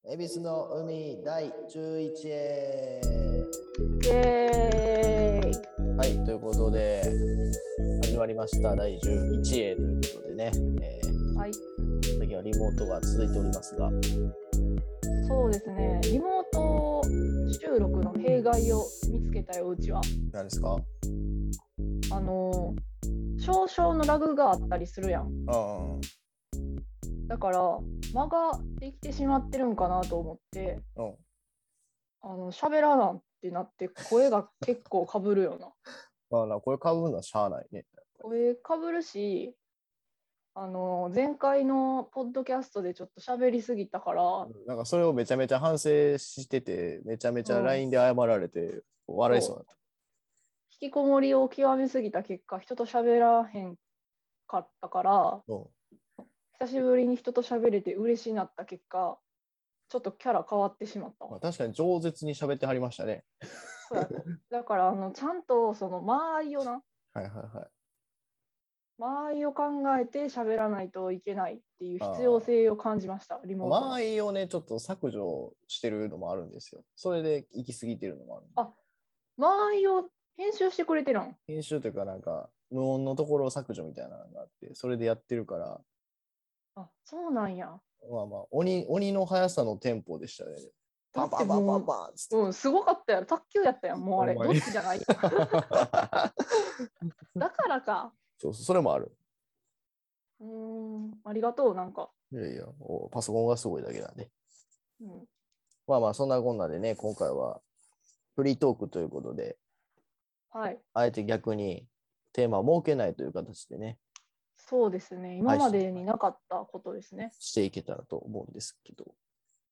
恵比寿の海第11へ。 イエーイ。 はい、ということで始まりました第11へということでね、 はい、 最近はリモートが続いておりますが、 そうですね。リモート収録の弊害を見つけたよ、うちは。 何ですか？ 少々のラグがあったりするやん。 うんだから間ができてしまってるんかなと思って、 うん。 喋らなってなって声が結構かぶるよな。 まあな、これ被るのはしゃあないね。 声かぶるし、前回のポッドキャストでちょっと喋りすぎたから、 なんかそれをめちゃめちゃ反省してて、めちゃめちゃうん、 LINE で謝られて笑いそうそう。 になった。 引きこもりを極めすぎた結果、人と喋らへんかったから、 うん。 久しぶりに人と喋れて嬉しいなった結果、ちょっとキャラ変わってしまったわ。 まあ、確かに饒舌に喋ってはりましたね。 そうやね。だからちゃんとその間合いをな、 はいはいはい。 間合いを考えて喋らないといけないっていう必要あ性を感じました、リあ。 モートの。 間合いをね、ちょっと削除してるのもあるんですよ。それで行き過ぎてるのもある。 あ、間合いを編集してくれてるん？ 編集というかなんか無音のところを削除みたいなのがあって、それでやってるから、 あ、そうなんや。 まあまあ、鬼の速さのテンポでしたね。 だってパンパンパンパンもパンっつって。 う、すごかったやろ。卓球やったやん、もうあれ。 ほんまに。 どっちじゃないやん。だからか。 そうそう、それもある。 ありがとう、なんか。 いやいや、パソコンがすごいだけなんで。 うん、 まあまあ、そんなこんなでね、今回はフリートークということで、 はい。 あえて逆にテーマを設けないという形でね、 そうですね。今配信までになかったことですね。 していけたらと思うんですけど、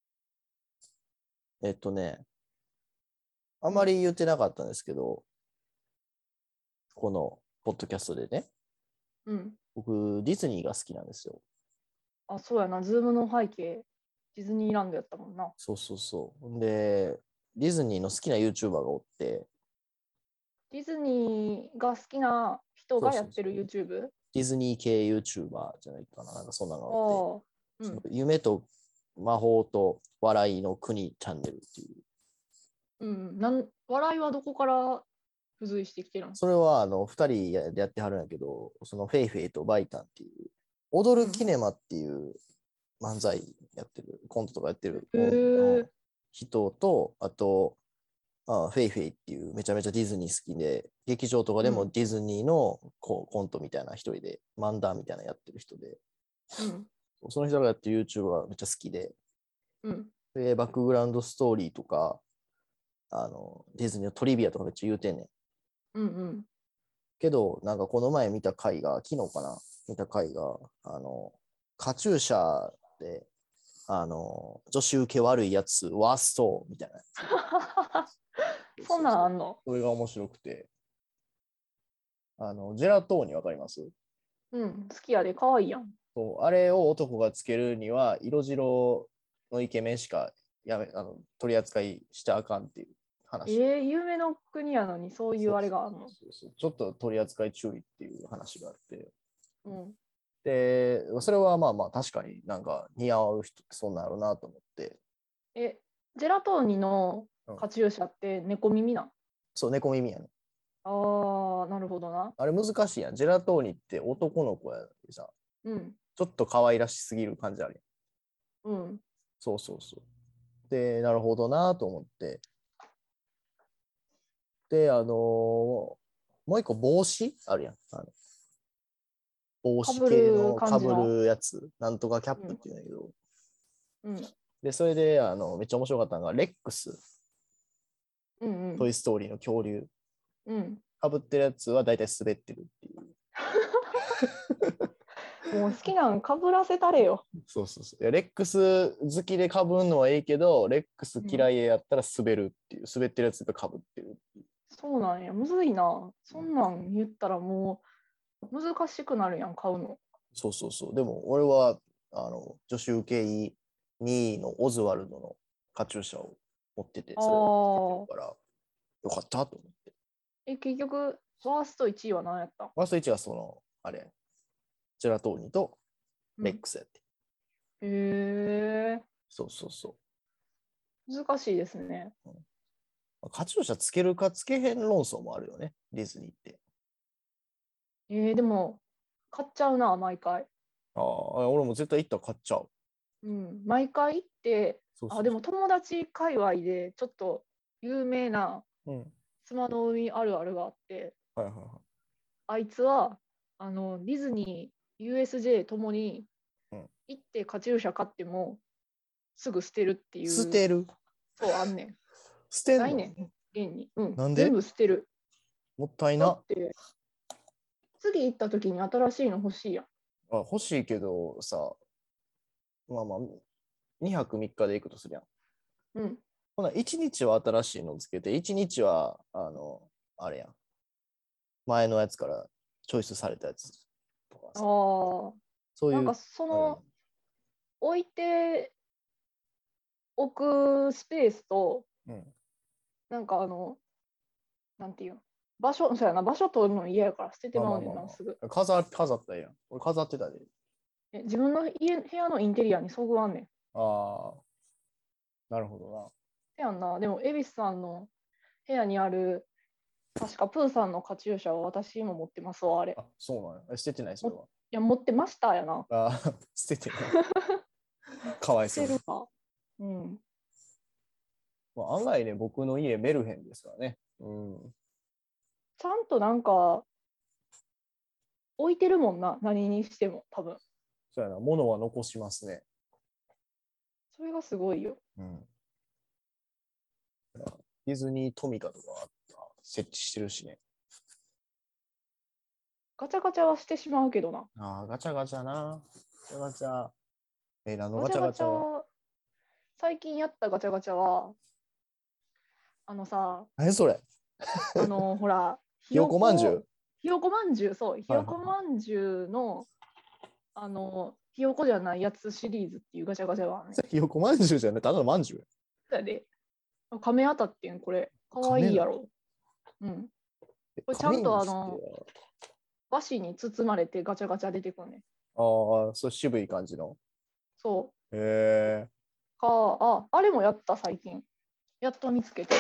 ね、あまり言ってなかったんですけど、このポッドキャストでね、 うん。 僕、ディズニーが好きなんですよ。 あ、そうやな。ズームの背景、ディズニーランドやったもんな。 そうそうそう。で、ディズニーの好きな YouTuber がおって、 ディズニーが好きな人そうがやってるそうそう。 YouTube？ ディズニー系 YouTuber じゃないかな。なんかそんなのがああって、 あ、うそのん。 夢と魔法と笑いの国チャンネルっていう。 うん。笑いはどこから付随してきてるの？ それは二人でやってはるんやけど、そのフェイフェイとバイタンっていう、踊うん。 るキネマっていう漫才やってる、コントとかやってる、 へえ。 人と、あと、フェイフェイっていうめちゃめちゃディズニー好きで、劇場とかでもうん。 ディズニーのコントみたいな一人で、漫談みたいなのやってる人で、 うん。 その人がやってる YouTube がめっちゃ好きで、 うん。 で、バックグラウンドストーリーとか、ディズニーのトリビアとかめっちゃ言うてんねん。 うん。うん。 けど、なんかこの前見た回が、昨日かな見た回が、カチューシャで、女子受け悪いやつ、ワーストみたいなやつ。 そんなんあんの？ それが面白くて、ジェラトーニわかります？ うん。好きやで、かわいいやん。 そうあれを男がつけるには、色白のイケメンしか取り扱いしちゃあかんっていう話。 夢の国やのにそういうあれがあんの？ そうちょっと取り扱い注意っていう話があって。 うん。 で、それはまあまあ確かになんか似合う人ってそんなんやろうなと思って。 ジェラトーニのうん、 カチューシャって猫耳なん？ そう、猫耳やね。 ああ、なるほどな。 あれ難しいやん。ジェラトーニって男の子やでさ、 うん。 ちょっと可愛らしすぎる感じあるやん。 うん。 そうそうそう。で、なるほどなと思って。で、もう一個帽子あるやん。帽子かぶる系の感じの。 被るやつ。なんとかキャップっうん。 ていうんだけど。 うん。 で、それで、めっちゃ面白かったのが、レックス、 うん。うん。 トイストーリーの恐竜。 うん。 被ってるやつは大体滑ってるっていう。 もう好きなんかぶらせたれよ。 そうそうそう。いやレックス好きで被るのはいいけど、レックスうん。 嫌いやったら滑るっていう、滑ってるやつが被ってるっていう。 そうなんや。むずいな。そんなん言ったらもう難しくなるやん、買うの。 そうそうそう。でも、俺は、助手受け医2位のオズワルドのカチューシャを持ってて、 あそれをつけてるあ。 から、よかったと思って。 結局、ワースト1位は何やった？ ファースト1はあれ、ジェラトーニとレッうん。 クスやって。 へえ。 そうそうそう。 難しいですね。 カチューシャつけるかつけへん論争もあるよね、ディズニーって。 でも、買っちゃうな、毎回。 ああ、俺も絶対行ったら買っちゃう。 うん、毎回行って、でそうそうそも友達界隈でちょっと有名なう。うん。 妻の海あるあるがあって、 はいはいはあいつはディズニー、USJ ともにい。うん。 行ってカチューシャ買ってもすぐ捨てるっていう、 捨てる。 そうあんねん。 捨てんの？ ないねん、現に。うん、全なんで？ 部捨てる。 もったいな。 だって、次行った時に新しいの欲しいやん。 あ、欲しいけどさ、まあまあ、2泊3日で行くとするやん。 うん。 ほな、1日は新しいのつけて、1日は、あれやん。前のやつからチョイスされたやつとかさ。 ああ、なんかそういう、うん。 その、置いておくスペースと、 うん。 なんかなんていうの、場所、そうやな、場所取るの嫌やから捨ててまあまうねんな、 まあまあますぐ。 あ。飾ったらええやん。俺飾ってたで。 自分の部屋のインテリアにそぐわんねん。 ああ、なるほどせやんな。でも、恵比寿さんの部屋にある、確かプーさんのカチューシャは私も持ってますわ、あれ。 な。あ、そうなんや。捨ててない、それは。 いや、持ってましたやな。 ああ、捨ててない。かわいそうに。 捨てるか。うん。 まあ、案外ね、僕の家メルヘンですからね。うん。 ちゃんとなんか、置いてるもんな、何にしても、多分。 そうやな。物は残しますね。 それがすごいよ。 うん。ディズニートミカとか設置してるしね。 ガチャガチャはしてしまうけどな。 ああ、ガチャガチャな。ガチャガチャ。何のガチャガチャガガチャは？ チャ、最近やったガチャガチャは、さ、 何それ？ ほら、 ひよこまんじゅう？ ひよこまんじゅう、そう、ひよこはいはいはまんじゅうの、ひよこじゃないやつシリーズっていうガチャガチャがあるね。 い。ひよこまんじゅうじゃね、ただのまんじゅうそやで、亀当たってん、これ。かや。 わい亀な。 いやろ。うん。これちゃん亀にとして和紙に包まれてガチャガチャ出てくるね。 ああ、そう渋い感じの。 そへえ。 う。あれもやった最近。やっと見つけて。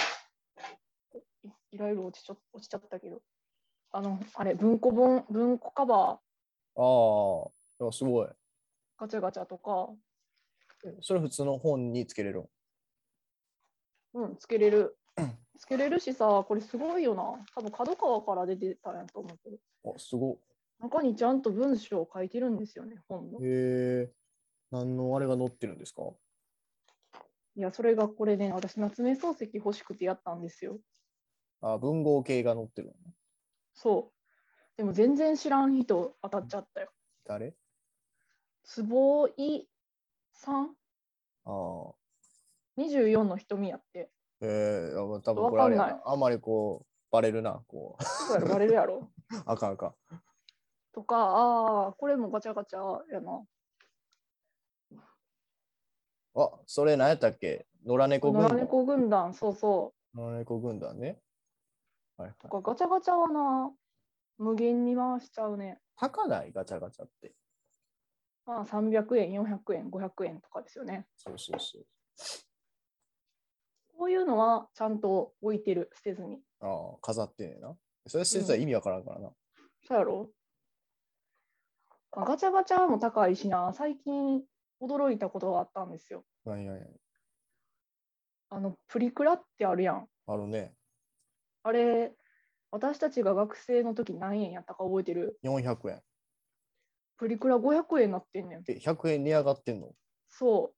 いろいろ落ちちゃったけど。あれ、文庫カバああ、すごい。 ー、ガチャガチャとか、 それ普通の本につけれるうん、つけれる。つけれるしさ、これすごいよな。多分角川から出てたんやと思うけど。 の？あ、すご中にちゃんと文章を書いてるんですよね、本の。 い。へえ。何のあれが載ってるんですか？ いや、それがこれね、私、夏目漱石欲しくてやったんですよ。 あ、文豪系が載ってるの？ そう。でも全然知らん人当たっちゃったよ。 誰？ 坪井さんああ。 ?24 の瞳やって。 多分わこれあれやな。 かんない。 あんまりこう、バレるな。こそうやろ、バレるやろ。 う、あかんあかん。 とか、これもガチャガチャやな。 あ、それ何やったっけ？野良これ野良猫軍団。 猫軍団、そうそう。 野良猫軍団ね。はいはい。 とか、ガチャガチャはな、無限に回しちゃうね。 高ないガチャガチャって。 まあ、300円、400円、500円とかですよね。 そうそうそう。 こういうのはちゃんと置いてる、捨てずに。 ああ、飾ってんねんな。それ捨てたうん、 ら意味わからんからな。 そうやろ。ガチャガチャも高いしな、最近驚いたことがあったんですよ。 はいはいはい。 プリクラってあるやん。 あるね。 あれ、私たちが学生の時何円やったか覚えてる？ 400円。 プリクラ500円になってんねん。 100円値上がってんの？ そう。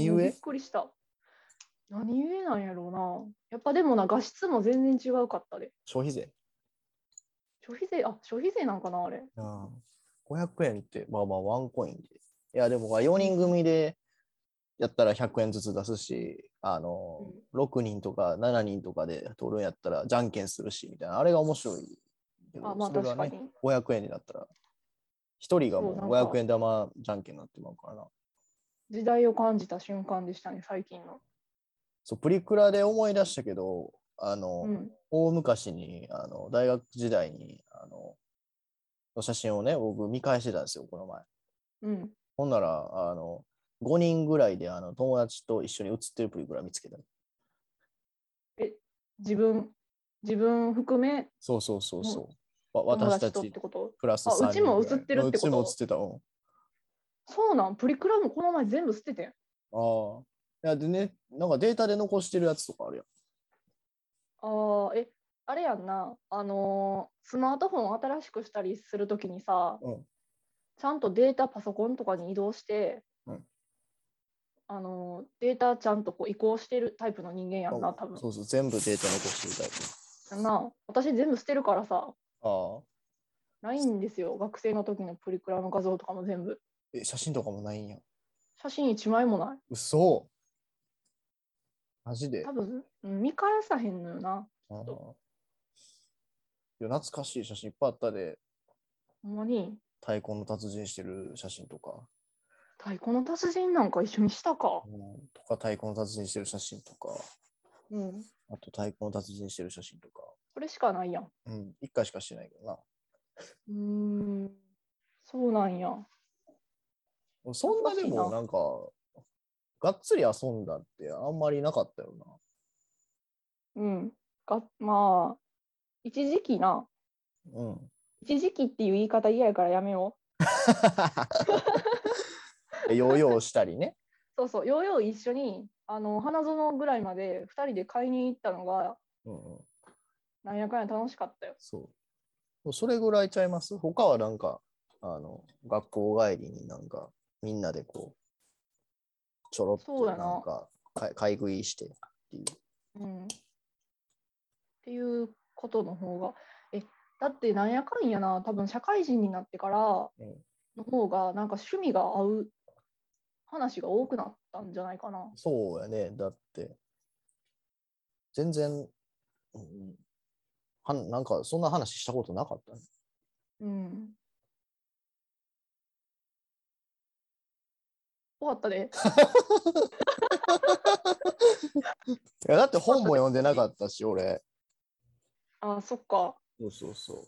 もうびっ何故？ くりした。何故なんやろうな。やっぱでもな、画質も全然違うかったで。 消費税？ 消費税なんかな、あれ。 ああ、500円って、まあまあワンコインで。いや、でも4人組でやったら100円ずつ出すし、 うん、 6人とか7人とかで取るんやったらじゃんけんするし、みたいな。あれが面白いけど、 まあそれがね、 確かに。 500円になったら、1人がそう、 もうなん 500 か円玉じゃんけんになってまうからな。 時代を感じた瞬間でしたね、最近の。 そう、プリクラで思い出したけど、 うん。 大昔に、大学時代に、の写真をね、僕見返してたんですよ、この前。 うん。 ほんなら、 5人ぐらいで友達と一緒に写ってるプリクラ見つけた。 自分含めそうそうそうそう。 友達とっ私たちてこと？ プラスあ、う 3 ちも人ぐらい。 映ってるっうちもてこと？ 写ってた。うん。 そうなん？プリクラもこの前全部捨ててん。 ああ。いや、でね、なんかデータで残してるやつとかあるやん。 ああ、あれやんな。スマートフォンを新しくしたりするときにさ、 うん。 ちゃんとデータパソコンとかに移動して、 うん。 データちゃんとこう移行してるタイプの人間やんな、多分。 そうそう、全部データ残してるタイプ。 やんな。私全部捨てるからさ、 ああ。 ないんですよ。学生の時のプリクラの画像とかも全部。 写真とかもないんや。 写真一枚もない。 嘘。マジで。 多分、見返さへんのよな。 ああ。いや、懐かしい写真いっぱいあったで、 ほんまに。 太鼓の達人してる写真とか、 太鼓の達人なんか一緒にしたか。 とか太鼓の達人してる写真とか、 うん。 あと太鼓の達人してる写真とか、 それしかないやん。 うん、一回しかしてないけどな。 うーん。そうなんや。 そんなで懐かしいな。 もなんか、がっつり遊んだってあんまりなかったよな。 うん。まあ、一時期な。 うん。 一時期っていう言い方嫌やからやめよヨーヨーしたりね。 う。そうそう。ヨーヨー一緒に、花園ぐらいまで2人で買いに行ったのが、 うんうん、 なんやかんや楽しかったよ。 そう。それぐらいちゃいます？他はなんか、学校帰りになんか、みんなでこう、ちょろっとそうやな。 なんか、買い食いしてっていう。 うん。っていうことの方が、だってなんやかんやな、多分社会人になってからうん、 の方が、なんか趣味が合う話が多くなったんじゃないかな。 そうやね。だって、全然、うん、なんか、そんな話したことなかったね。 うん。終わったで。 いや、だって終わったで。 本も読んでなかったし、俺。 あ、そっか。 そうそうそ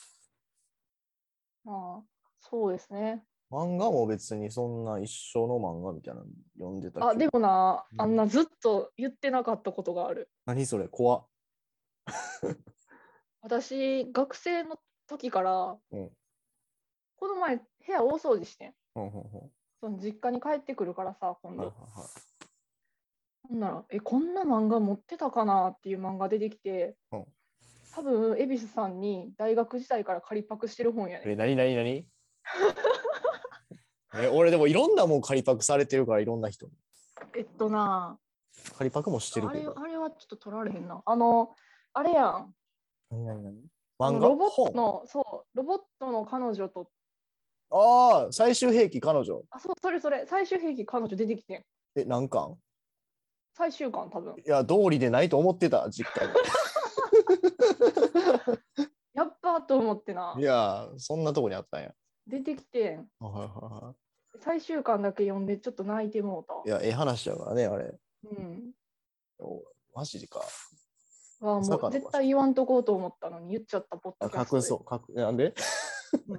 まあ、そうですね。 う。漫画も別にそんな一生の漫画みたいなの読んでたあ、で記憶。 もな、 うん、 ずっと言ってなかったことがある。 何それ、怖っ。 私、学生の時から、 うん。 この前、部屋大掃除してん。 ほんほんほん。 その実家に帰ってくるからさ、今はい度。 はいはい。 ほんなら、こんな漫画持ってたかなっていう漫画出てきて、 うん、 多分、恵比寿さんに大学時代から借りパクしてる本やね。 何何何俺でもいろんなもん仮パクされてるから、いろんな人に。 な、 仮パクもしてるけど。 あれはちょっと取られへんな。あれやん。 何何何漫画ロボット本？ の、そう、ロボットの彼女と、 ああ、最終兵器彼女。 あ、そう、それ、最終兵器彼女出てきてん。 何巻？ 最終巻、多分。 いや、道理でないと思ってた、実家に。 やっぱと思っていな、 や、そんなとこにあったんや。 出てきてん。 はいはいは最終巻だけ読んで、ちょっと泣いてもうた。 い。いや、ええ話だからね、あれ。 うん。 マジか。まもうさかの場所。 絶対言わんとこうと思ったのに言っちゃった、ポッドキャストで。 隠そう、なんで？ うん、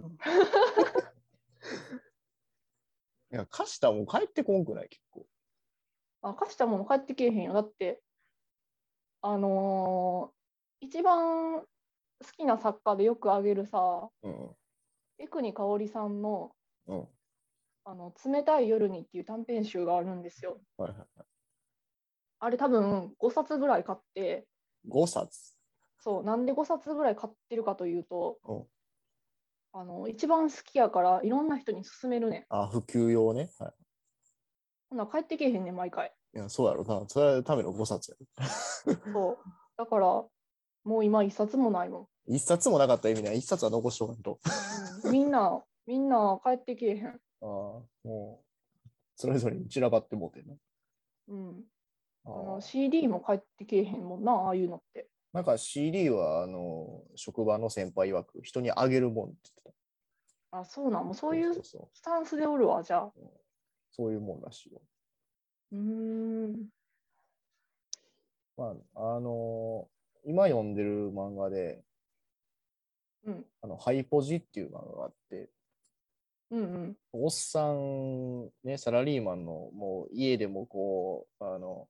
いや、貸したもん帰ってこんくない結構。 貸したもの返ってけえへんよ。だって、あの一番好きな作家でよくあげるさ、 うん。 江国香織さんの、 うん。 冷たい夜にっていう短編集があるんですよ。 はいはい。 あれ多分5冊ぐらい買って、 5冊。 そう、なんで5冊ぐらい買ってるかというと、 うん。 一番好きやからいろんな人に勧めるねん。 あ、普及用ね。はい。 ほな帰ってけえへんねん、毎回。 いや、そうやろな。それのための5冊やそう。だから、もう今一冊もないもろ。1冊もなかった意味では1冊は残しとかんと。 ん。うん、みんな帰ってけえへん。 ああ、もう、それぞれに散らばってもうてんな。 うん。 ああ。 CD も帰ってけえへんもんな、ああいうのって。 なんか CD は、職場の先輩曰く人にあげるもんって言ってあ、そうなん、もうそた。そうういうそうそスタンスでおるわ、じゃあ。 う。そういうもんらしいよ。 うーん。 まあ、今読んでる漫画で、 うん。 ハイポジっていう漫画があって、 うん。 おっさん、ね、サラリーマンの、もう家でもこう、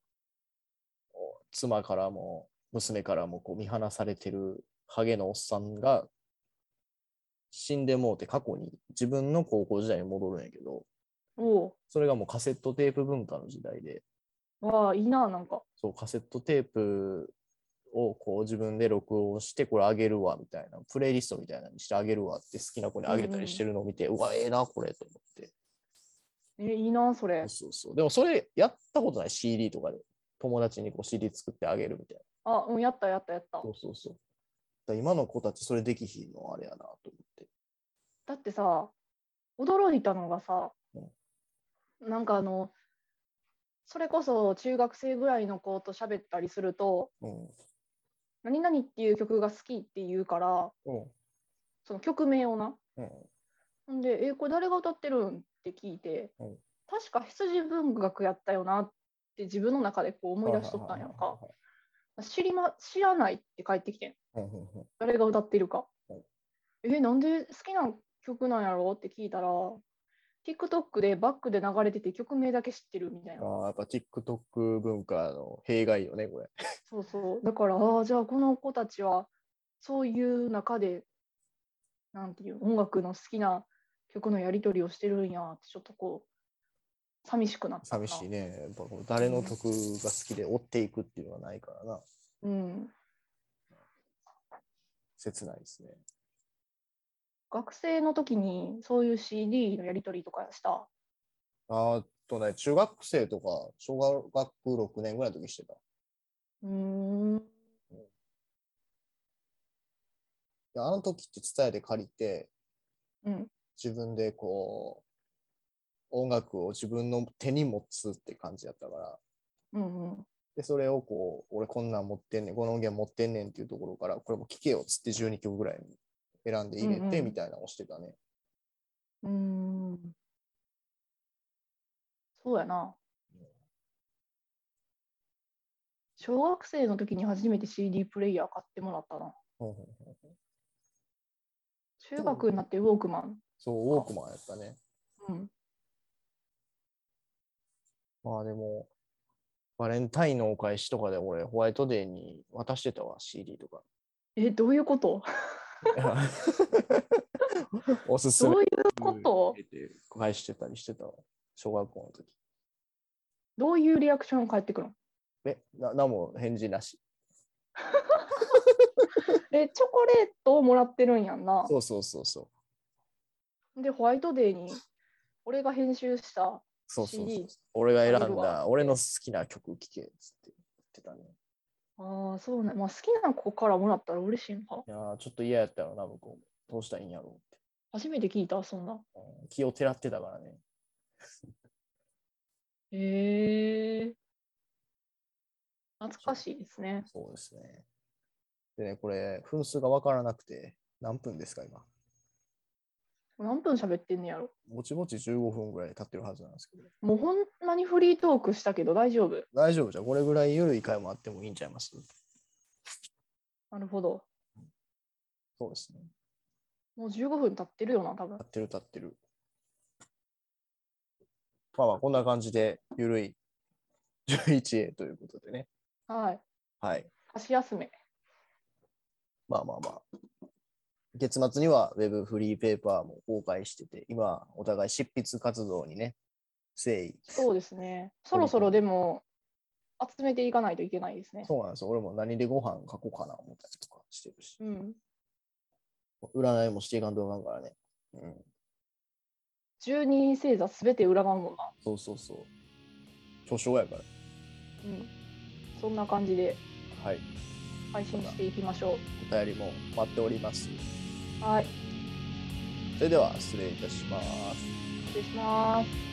妻からも娘からもこう見放されてるハゲのおっさんが死んでもうて過去に自分の高校時代に戻るんやけど、 おそれがもうカセットテープ文化の時代で、 お。わあ、いいな、なんか。 そう、カセットテープをこう自分で録音して、これあげるわみたいな、プレイリストみたいなのにしてあげるわって好きな子にあげたりしてるのを見て、うわ、ええな、これと思って。 いいな、それ。 そうそう。でもそれやったことない CD とかで。友達にこう CD 作ってあげるみたいな。 あ、うん、やった、やった、やった。 そうそうそう。だ今の子たちそれできひんのあれやなと思って。 だってさ、驚いたのがさ、なんかそれこそ中学生ぐらいの子と喋ったりすると、 うん。 何々っていう曲が好きって言うから、 うん。 その曲名をな。 うん。 ほんで、これ誰が歌ってるんって聞いて、 うん。 確か羊文学やったよなって自分の中でこう思いはいはい出しとったんやんか。 は知らないって帰ってきてん。 いはい。うんうん誰が歌ってるか。 うんなんで好きな曲なんやろって聞いたら、TikTok でバックで流れてて曲名だけ知ってるみたいな。 ああ、やっぱ TikTok 文化の弊害よね、これ。 そうそう。だから、じゃあこの子たちはそういう中で、なんていう音楽の好きな曲のやり取りをしてるんやってちょっとこう寂しくなったか寂な。 しいね。やっぱこう誰の曲が好きで追っていくっていうのはないからな。 うん。 切ないですね。 学生の時にそういう CD のやり取りとかした。 中学生とか、小学6年ぐらいの時してた。 うーん。 であの時って伝えて借りて、 うん。 自分でこう、音楽を自分の手に持つって感じだったから、 うんうん。 で、それをこう、俺こんなん持ってんねん、この音源持ってんねんっていうところから、これも聴けよっつって12曲ぐらい選んで入れてみたいなのをしてたね。 うん。そうやな。小学生の時に初めて CD プレイヤー買ってもらったな。 うんうんうん中学になってウォークマンそう、ウォークマンやったね。 うん。 まあでも、バレンタインのお返しとかで俺、ホワイトデーに渡してたわ、CD とか。 どういうことおすすめどういうこと入れて返してたりしてたわ、小学校の時。 どういうリアクション返ってくるのなんも返事なし。 チョコレートをもらってるんやんな。 そうそうそうそう。 で、ホワイトデーに俺が編集したそうそうそう CD 俺が選んあげるわだ、俺の好きな曲聴けっつって言ってたね。 ああ、そうね。まあ、好きな子からもらったら嬉しいのか。 いやーちょっと嫌やったよな、向こうも。どうしたらいいんやろうって。 初めて聞いた、そんな。 気をてらってたからね。 へえ。懐かしいですね。 そうですね。でね、これ、分数が分からなくて、何分ですか、今。 何分喋ってんねやろ。 ぼちぼち15分ぐらい経ってるはずなんですけど。 もうほんまにフリートークしたけど大丈夫。 大丈夫じゃん。これぐらい緩い回もあってもいいんちゃいます？ なるほど。 そうですね。 もう15分経ってるよな、多分経。ってる経ってる。まあまあ、こんな感じで緩い 11A ということでね。 はい。 はい。 箸休め。 まあまあまあ。月末には Web フリーペーパーも公開してて、今、お互い執筆活動にね、誠意。 そうですね。そろそろでも集めていかないといけないですね。 そうなんですよ。俺も何でご飯書こうかな思ったりとかしてるし。 うん。 占いもしていかんとあかんからね。うん。 12星座すべて裏側もんな。 そうそうそう。巨匠やから。 うん。そんな感じではい。 配信していきましょお便りも待っております。 う。はい。 それでは失礼いたします。 失礼します。